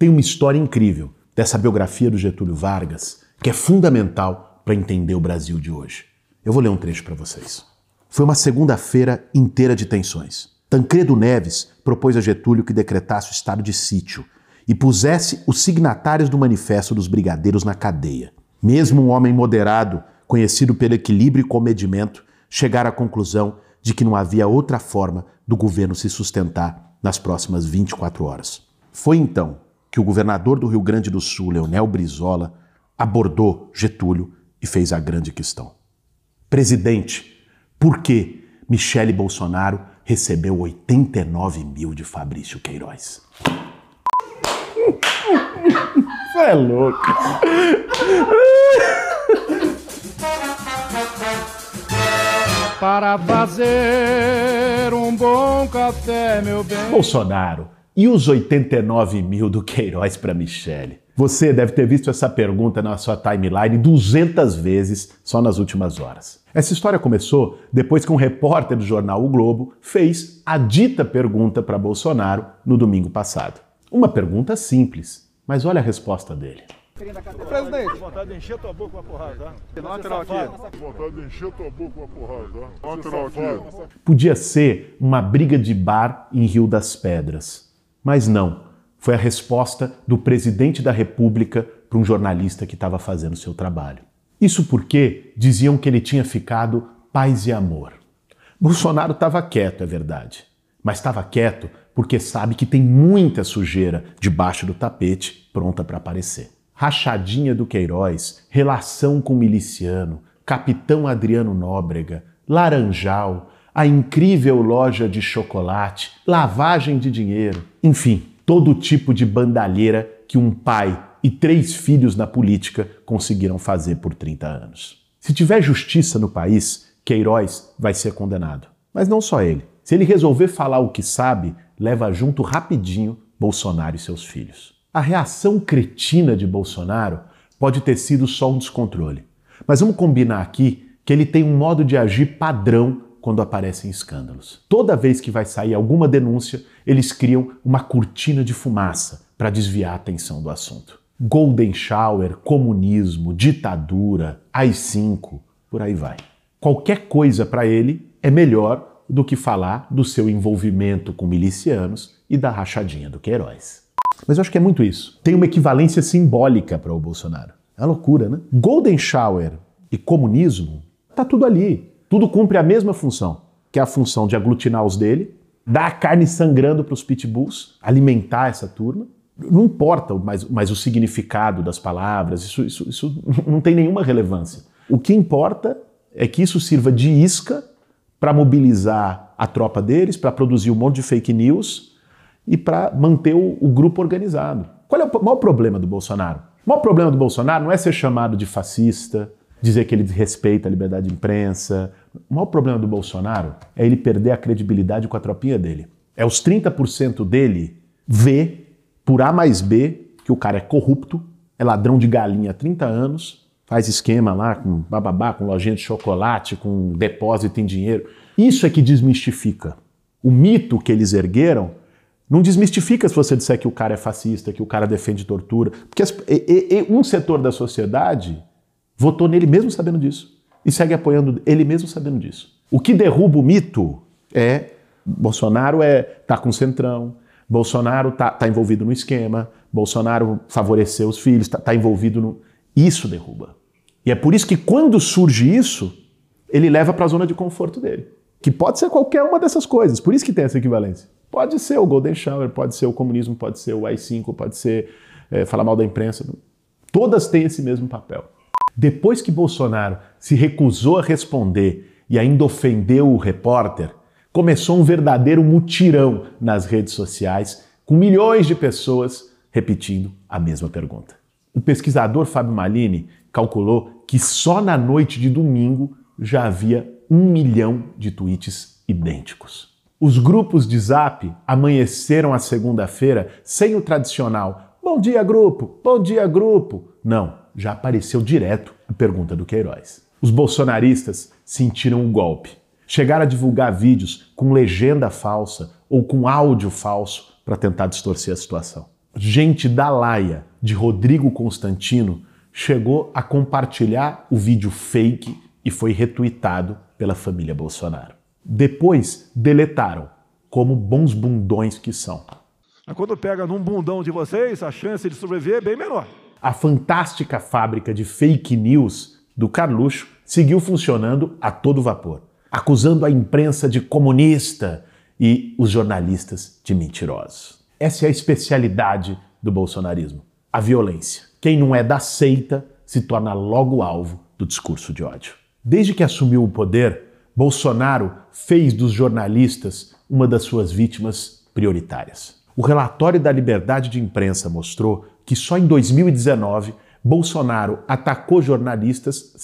tem uma história incrível dessa biografia do Getúlio Vargas que é fundamental para entender o Brasil de hoje. Eu vou ler um trecho para vocês. Foi uma segunda-feira inteira de tensões. Tancredo Neves propôs a Getúlio que decretasse o estado de sítio e pusesse os signatários do Manifesto dos Brigadeiros na cadeia. Mesmo um homem moderado, conhecido pelo equilíbrio e comedimento, chegara à conclusão de que não havia outra forma do governo se sustentar nas próximas 24 horas. Foi então que o governador do Rio Grande do Sul, Leonel Brizola, abordou Getúlio e fez a grande questão. Presidente, por que Michele Bolsonaro recebeu 89 mil de Fabrício Queiroz? Você é louco. Para fazer um bom café, meu bem. Bolsonaro, e os 89 mil do Queiroz para Michele? Você deve ter visto essa pergunta na sua timeline 200 vezes só nas últimas horas. Essa história começou depois que um repórter do jornal O Globo fez a dita pergunta para Bolsonaro no domingo passado. Uma pergunta simples, mas olha a resposta dele. Presidente, vontade de encher tua boca com a porrada, tá? Lateral aqui. Vontade de encher tua boca com a porrada, tá? Lateral aqui. Podia ser uma briga de bar em Rio das Pedras, mas não. Foi a resposta do presidente da República para um jornalista que estava fazendo seu trabalho. Isso porque diziam que ele tinha ficado paz e amor. Bolsonaro estava quieto, é verdade, mas estava quieto porque sabe que tem muita sujeira debaixo do tapete pronta para aparecer. Rachadinha do Queiroz, relação com miliciano, Capitão Adriano Nóbrega, Laranjal, a incrível loja de chocolate, lavagem de dinheiro, enfim, todo tipo de bandalheira que um pai e 3 filhos na política conseguiram fazer por 30 anos. Se tiver justiça no país, Queiroz vai ser condenado. Mas não só ele. Se ele resolver falar o que sabe, leva junto rapidinho Bolsonaro e seus filhos. A reação cretina de Bolsonaro pode ter sido só um descontrole. Mas vamos combinar aqui que ele tem um modo de agir padrão quando aparecem escândalos. Toda vez que vai sair alguma denúncia, eles criam uma cortina de fumaça para desviar a atenção do assunto. Golden Shower, comunismo, ditadura, AI-5, por aí vai. Qualquer coisa para ele é melhor do que falar do seu envolvimento com milicianos e da rachadinha do Queiroz. Mas eu acho que é muito isso. Tem uma equivalência simbólica para o Bolsonaro. É uma loucura, né? Golden Shower e comunismo, tá tudo ali. Tudo cumpre a mesma função, que é a função de aglutinar os dele, dar a carne sangrando para os pitbulls, alimentar essa turma. Não importa mais o significado das palavras, isso não tem nenhuma relevância. O que importa é que isso sirva de isca para mobilizar a tropa deles, para produzir um monte de fake news e para manter o grupo organizado. Qual é o maior problema do Bolsonaro? O maior problema do Bolsonaro não é ser chamado de fascista, dizer que ele desrespeita a liberdade de imprensa. O maior problema do Bolsonaro é ele perder a credibilidade com a tropinha dele. É os 30% dele ver, por A mais B, que o cara é corrupto, é ladrão de galinha há 30 anos, faz esquema lá com bababá, com lojinha de chocolate, com depósito em dinheiro. Isso é que desmistifica. O mito que eles ergueram não desmistifica se você disser que o cara é fascista, que o cara defende tortura. Porque um setor da sociedade votou nele mesmo sabendo disso. E segue apoiando ele mesmo sabendo disso. O que derruba o mito é Bolsonaro tá com centrão, Bolsonaro tá envolvido no esquema, Bolsonaro favoreceu os filhos, tá envolvido no... Isso derruba. E é por isso que quando surge isso, ele leva para a zona de conforto dele. Que pode ser qualquer uma dessas coisas. Por isso que tem essa equivalência. Pode ser o Golden Shower, pode ser o comunismo, pode ser o AI-5, pode ser falar mal da imprensa. Todas têm esse mesmo papel. Depois que Bolsonaro se recusou a responder e ainda ofendeu o repórter, começou um verdadeiro mutirão nas redes sociais, com milhões de pessoas repetindo a mesma pergunta. O pesquisador Fábio Malini calculou que só na noite de domingo já havia 1 milhão de tweets idênticos. Os grupos de Zap amanheceram a segunda-feira sem o tradicional "Bom dia, grupo! Bom dia, grupo!". Não, já apareceu direto a pergunta do Queiroz. Os bolsonaristas sentiram o golpe. Chegaram a divulgar vídeos com legenda falsa ou com áudio falso para tentar distorcer a situação. Gente da laia de Rodrigo Constantino chegou a compartilhar o vídeo fake e foi retuitado pela família Bolsonaro. Depois, deletaram, como bons bundões que são. Mas quando pega num bundão de vocês, a chance de sobreviver é bem menor. A fantástica fábrica de fake news do Carluxo seguiu funcionando a todo vapor, acusando a imprensa de comunista e os jornalistas de mentirosos. Essa é a especialidade do bolsonarismo, a violência. Quem não é da seita se torna logo alvo do discurso de ódio. Desde que assumiu o poder, Bolsonaro fez dos jornalistas uma das suas vítimas prioritárias. O relatório da Liberdade de Imprensa mostrou que só em 2019 Bolsonaro atacou jornalistas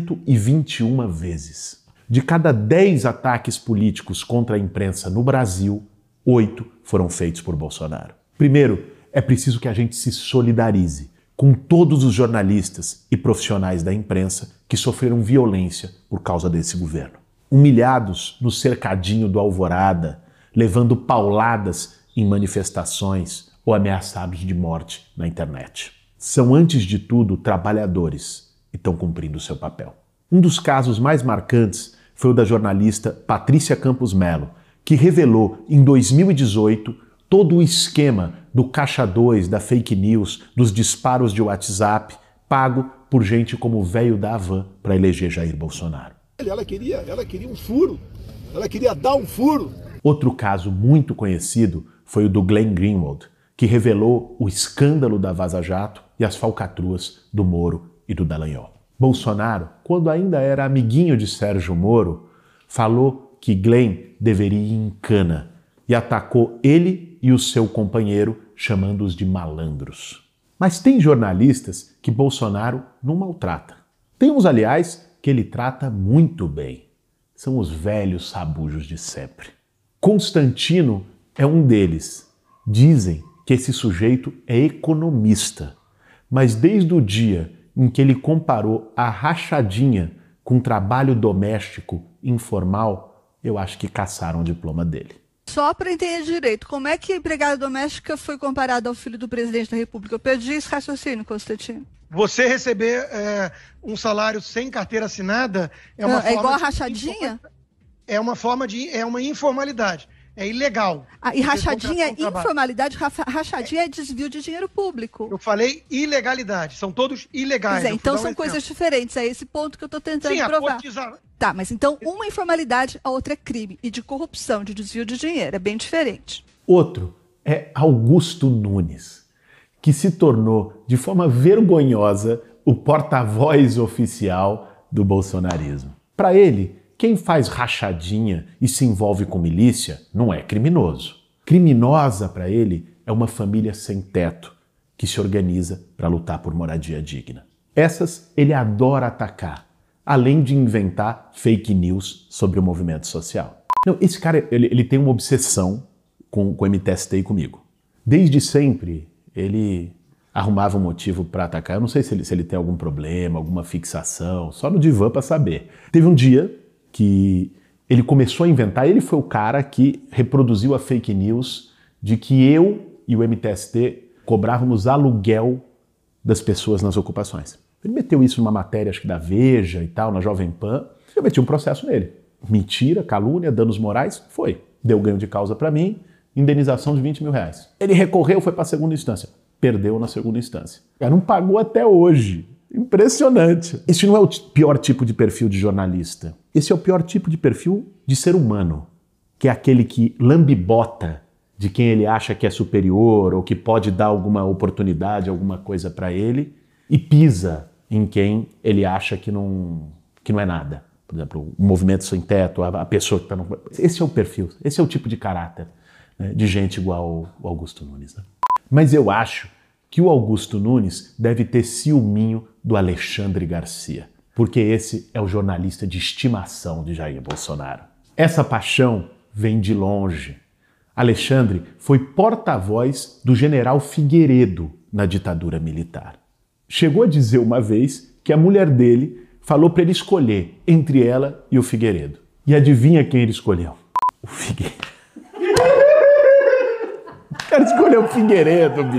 121 vezes. De cada 10 ataques políticos contra a imprensa no Brasil, 8 foram feitos por Bolsonaro. Primeiro, é preciso que a gente se solidarize com todos os jornalistas e profissionais da imprensa que sofreram violência por causa desse governo. Humilhados no cercadinho do Alvorada, levando pauladas em manifestações ou ameaçados de morte na internet. São, antes de tudo, trabalhadores e estão cumprindo o seu papel. Um dos casos mais marcantes foi o da jornalista Patrícia Campos Melo, que revelou em 2018 todo o esquema do Caixa 2, da fake news, dos disparos de WhatsApp, pago por gente como o velho da Havan para eleger Jair Bolsonaro. Ela queria um furo, ela queria dar um furo. Outro caso muito conhecido foi o do Glenn Greenwald, que revelou o escândalo da Vaza Jato e as falcatruas do Moro e do Dallagnol. Bolsonaro, quando ainda era amiguinho de Sérgio Moro, falou que Glenn deveria ir em cana e atacou ele e o seu companheiro, chamando-os de malandros. Mas tem jornalistas que Bolsonaro não maltrata. Tem uns, aliás, que ele trata muito bem. São os velhos sabujos de sempre. Constantino é um deles. Dizem que esse sujeito é economista, mas desde o dia em que ele comparou a rachadinha com trabalho doméstico informal, eu acho que caçaram o diploma dele. Só para entender direito, como é que a empregada doméstica foi comparada ao filho do presidente da República? Eu perdi esse raciocínio, Constantino. Você receber um salário sem carteira assinada é uma forma igual a rachadinha? É uma informalidade. É ilegal. E rachadinha é informalidade, rachadinha é desvio de dinheiro público. Eu falei ilegalidade, são todos ilegais. Então são coisas diferentes, é esse ponto que eu estou tentando provar. Tá, mas então uma informalidade, a outra é crime, e de corrupção, de desvio de dinheiro, é bem diferente. Outro é Augusto Nunes, que se tornou, de forma vergonhosa, o porta-voz oficial do bolsonarismo. Para ele, quem faz rachadinha e se envolve com milícia não é criminoso. Criminosa para ele é uma família sem teto que se organiza para lutar por moradia digna. Essas ele adora atacar, além de inventar fake news sobre o movimento social. Não, esse cara ele tem uma obsessão com o MTST e comigo. Desde sempre ele arrumava um motivo para atacar. Eu não sei se ele tem algum problema, alguma fixação, só no divã para saber. Teve um dia que ele começou a inventar, ele foi o cara que reproduziu a fake news de que eu e o MTST cobrávamos aluguel das pessoas nas ocupações. Ele meteu isso numa matéria, acho que da Veja e tal, na Jovem Pan, eu meti um processo nele. Mentira, calúnia, danos morais, foi. Deu ganho de causa para mim, indenização de 20 mil reais. Ele recorreu, foi para a segunda instância. Perdeu na segunda instância. Ele não pagou até hoje. Impressionante. Esse não é o pior tipo de perfil de jornalista. Esse é o pior tipo de perfil de ser humano, que é aquele que lambibota de quem ele acha que é superior ou que pode dar alguma oportunidade, alguma coisa para ele e pisa em quem ele acha que não é nada. Por exemplo, o movimento sem teto, a pessoa que está no... Esse é o perfil, esse é o tipo de caráter, né, de gente igual o Augusto Nunes. Né? Mas eu acho que o Augusto Nunes deve ter ciúminho do Alexandre Garcia, porque esse é o jornalista de estimação de Jair Bolsonaro. Essa paixão vem de longe. Alexandre foi porta-voz do general Figueiredo na ditadura militar. Chegou a dizer uma vez que a mulher dele falou para ele escolher entre ela e o Figueiredo. E adivinha quem ele escolheu? O Figueiredo. O cara escolheu o Figueiredo, bicho.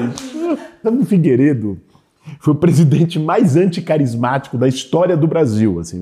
O Figueiredo foi o presidente mais anticarismático da história do Brasil. Assim,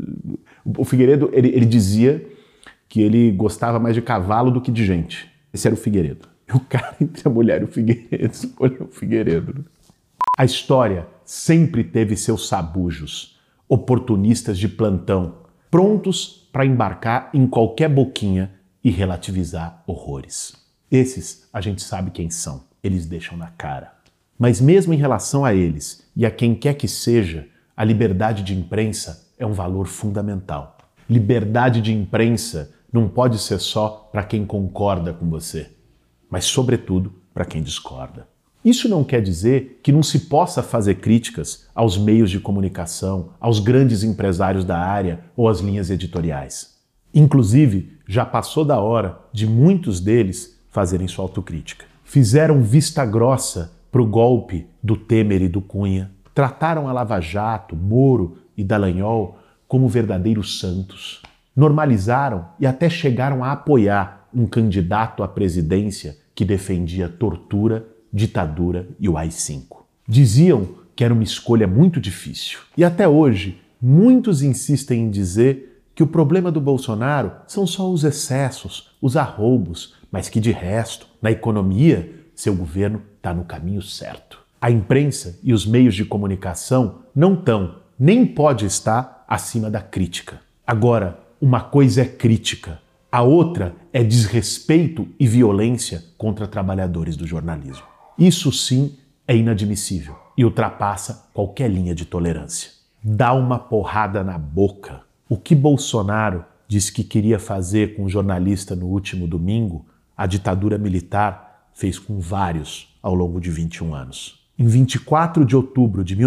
o Figueiredo, ele dizia que ele gostava mais de cavalo do que de gente. Esse era o Figueiredo. E o cara entre a mulher e o Figueiredo escolheu o Figueiredo. A história sempre teve seus sabujos, oportunistas de plantão, prontos para embarcar em qualquer boquinha e relativizar horrores. Esses a gente sabe quem são, eles deixam na cara. Mas mesmo em relação a eles e a quem quer que seja, a liberdade de imprensa é um valor fundamental. Liberdade de imprensa não pode ser só para quem concorda com você, mas sobretudo para quem discorda. Isso não quer dizer que não se possa fazer críticas aos meios de comunicação, aos grandes empresários da área ou às linhas editoriais. Inclusive, já passou da hora de muitos deles fazerem sua autocrítica. Fizeram vista grossa para o golpe do Temer e do Cunha, trataram a Lava Jato, Moro e Dallagnol como verdadeiros santos. Normalizaram e até chegaram a apoiar um candidato à presidência que defendia tortura, ditadura e o AI-5. Diziam que era uma escolha muito difícil. E até hoje, muitos insistem em dizer que o problema do Bolsonaro são só os excessos, os arroubos, mas que de resto, na economia, seu governo está no caminho certo. A imprensa e os meios de comunicação não estão, nem pode estar, acima da crítica. Agora, uma coisa é crítica, a outra é desrespeito e violência contra trabalhadores do jornalismo. Isso sim é inadmissível e ultrapassa qualquer linha de tolerância. Dá uma porrada na boca. O que Bolsonaro disse que queria fazer com um jornalista no último domingo, a ditadura militar fez com vários ao longo de 21 anos. Em 24 de outubro de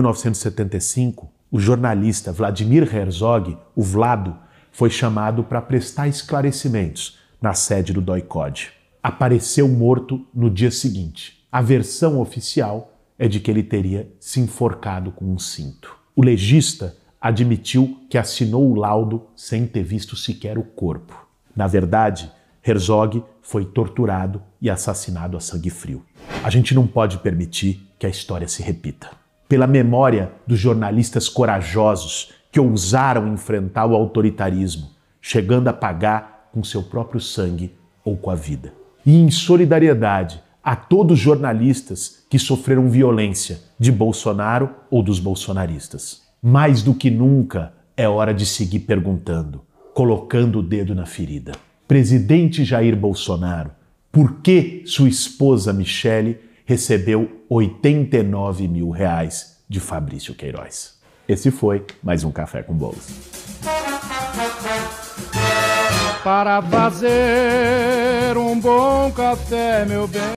1975, o jornalista Vladimir Herzog, o Vlado, foi chamado para prestar esclarecimentos na sede do DOI-CODE. Apareceu morto no dia seguinte. A versão oficial é de que ele teria se enforcado com um cinto. O legista admitiu que assinou o laudo sem ter visto sequer o corpo. Na verdade, Herzog foi torturado e assassinado a sangue frio. A gente não pode permitir que a história se repita. Pela memória dos jornalistas corajosos que ousaram enfrentar o autoritarismo, chegando a pagar com seu próprio sangue ou com a vida. E em solidariedade a todos os jornalistas que sofreram violência de Bolsonaro ou dos bolsonaristas. Mais do que nunca é hora de seguir perguntando, colocando o dedo na ferida. Presidente Jair Bolsonaro, por que sua esposa Michele recebeu R$89 mil de Fabrício Queiroz? Esse foi mais um Café com Bolos. Para fazer um bom café, meu bem.